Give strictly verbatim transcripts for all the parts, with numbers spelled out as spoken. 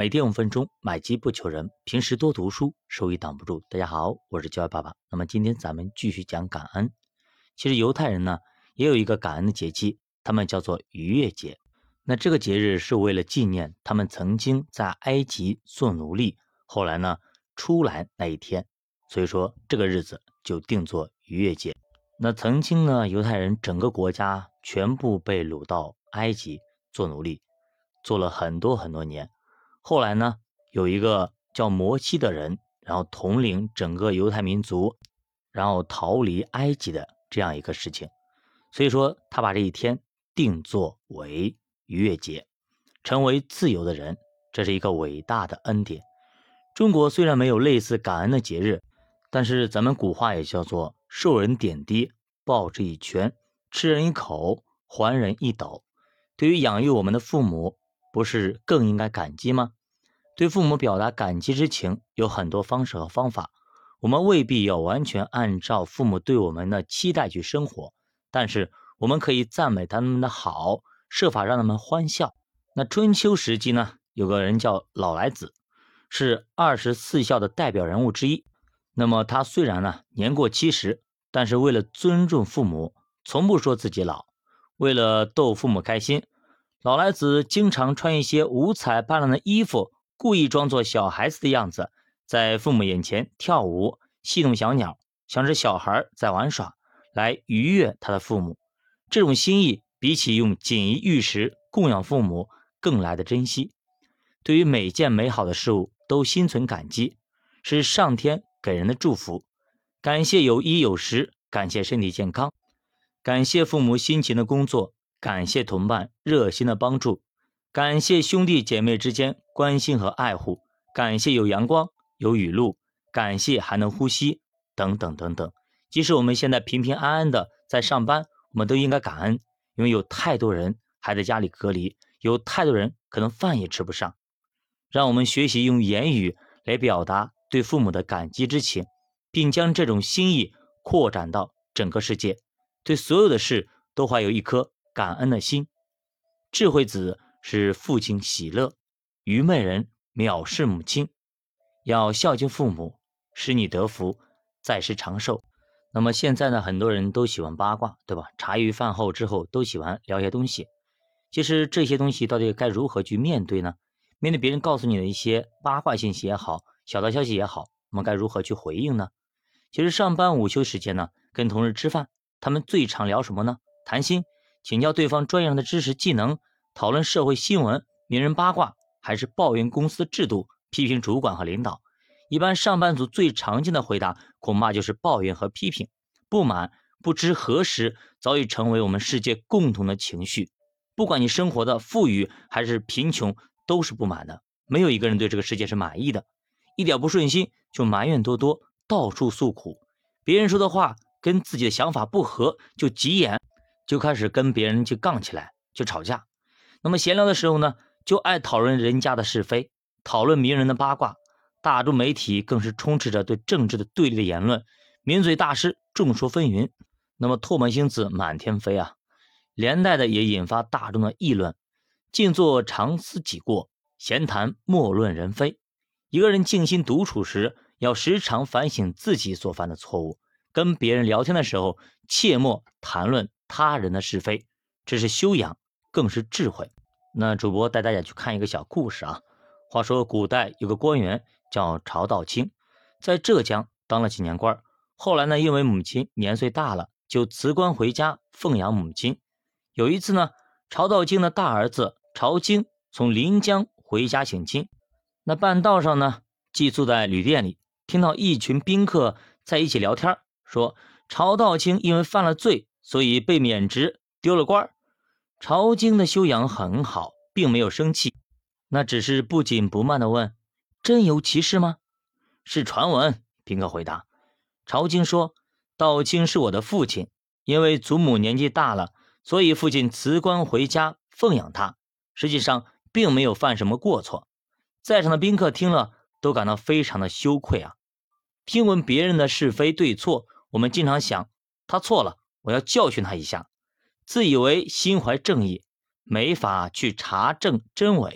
每天五分钟，买机不求人，平时多读书，收益挡不住。大家好，我是教育爸爸。那么今天咱们继续讲感恩。其实犹太人呢也有一个感恩的节气，他们叫做逾越节。那这个节日是为了纪念他们曾经在埃及做奴隶，后来呢出来那一天，所以说这个日子就定作逾越节。那曾经呢犹太人整个国家全部被掳到埃及做奴隶，做了很多很多年。后来呢有一个叫摩西的人，然后统领整个犹太民族，然后逃离埃及的这样一个事情，所以说他把这一天定作为逾越节，成为自由的人，这是一个伟大的恩典。中国虽然没有类似感恩的节日，但是咱们古话也叫做受人点滴，报之以拳，吃人一口，还人一斗。对于养育我们的父母，不是更应该感激吗？对父母表达感激之情有很多方式和方法，我们未必要完全按照父母对我们的期待去生活，但是我们可以赞美他们的好，设法让他们欢笑。那春秋时期呢，有个人叫老来子，是二十四孝的代表人物之一。那么他虽然呢年过七十，但是为了尊重父母，从不说自己老。为了逗父母开心，老来子经常穿一些五彩斑斓的衣服，故意装作小孩子的样子，在父母眼前跳舞，戏弄小鸟，像是小孩在玩耍，来愉悦他的父母。这种心意比起用锦衣玉食供养父母更来的珍惜。对于每件美好的事物都心存感激，是上天给人的祝福。感谢有衣有食，感谢身体健康，感谢父母辛勤的工作，感谢同伴热心的帮助，感谢兄弟姐妹之间关心和爱护，感谢有阳光有雨露，感谢还能呼吸，等等等等。即使我们现在平平安安的在上班，我们都应该感恩，因为有太多人还在家里隔离，有太多人可能饭也吃不上。让我们学习用言语来表达对父母的感激之情，并将这种心意扩展到整个世界，对所有的事都怀有一颗感恩的心。智慧子使父亲喜乐，愚昧人藐视母亲。要孝敬父母，使你得福，在世长寿。那么现在呢，很多人都喜欢八卦，对吧？茶余饭后之后都喜欢聊一些东西。其实这些东西到底该如何去面对呢？面对别人告诉你的一些八卦信息也好，小道消息也好，我们该如何去回应呢？其实上班午休时间呢，跟同事吃饭，他们最常聊什么呢？谈心，请教对方专业上的知识技能，讨论社会新闻、名人八卦，还是抱怨公司的制度，批评主管和领导。一般上班族最常见的回答恐怕就是抱怨和批评。不满不知何时早已成为我们世界共同的情绪。不管你生活的富裕还是贫穷，都是不满的，没有一个人对这个世界是满意的。一点不顺心就埋怨多多，到处诉苦，别人说的话跟自己的想法不合就急眼，就开始跟别人去杠起来，去吵架。那么闲聊的时候呢，就爱讨论人家的是非，讨论名人的八卦。大众媒体更是充斥着对政治的对立的言论，名嘴大师众说纷纭，那么唾沫星子满天飞啊，连带的也引发大众的议论。静坐常思己过，闲谈莫论人非。一个人静心独处时，要时常反省自己所犯的错误，跟别人聊天的时候切莫谈论他人的是非，这是修养，更是智慧。那主播带大家去看一个小故事啊。话说古代有个官员叫曹道清，在浙江当了几年官，后来呢因为母亲年岁大了，就辞官回家奉养母亲。有一次呢，曹道清的大儿子曹京从临江回家省亲，那半道上呢，寄宿在旅店里，听到一群宾客在一起聊天，说曹道清因为犯了罪，所以被免职丢了官。曹京的修养很好，并没有生气，那只是不紧不慢地问：真有其事吗？是传闻，宾客回答。曹京说：道清是我的父亲，因为祖母年纪大了，所以父亲辞官回家奉养他，实际上并没有犯什么过错。在场的宾客听了都感到非常的羞愧啊。听闻别人的是非对错，我们经常想，他错了，我要教训他一下。自以为心怀正义，没法去查证真伪，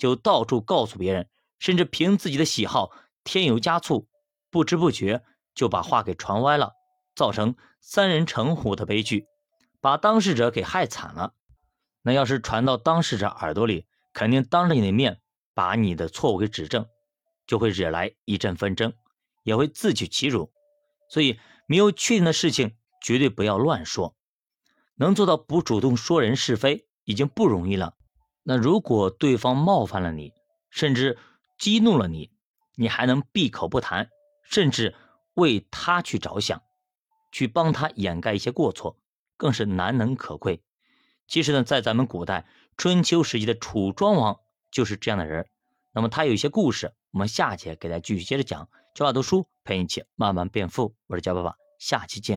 就到处告诉别人，甚至凭自己的喜好添油加醋，不知不觉就把话给传歪了，造成三人成虎的悲剧，把当事者给害惨了。那要是传到当事者耳朵里，肯定当着你的面把你的错误给指正，就会惹来一阵纷争，也会自取其辱。所以没有确定的事情绝对不要乱说，能做到不主动说人是非已经不容易了。那如果对方冒犯了你，甚至激怒了你，你还能闭口不谈，甚至为他去着想，去帮他掩盖一些过错，更是难能可贵。其实呢，在咱们古代春秋时期的楚庄王就是这样的人。那么他有一些故事，我们下节给大家继续接着讲。教爸读书陪你一起慢慢变富，我是教爸爸，下期见。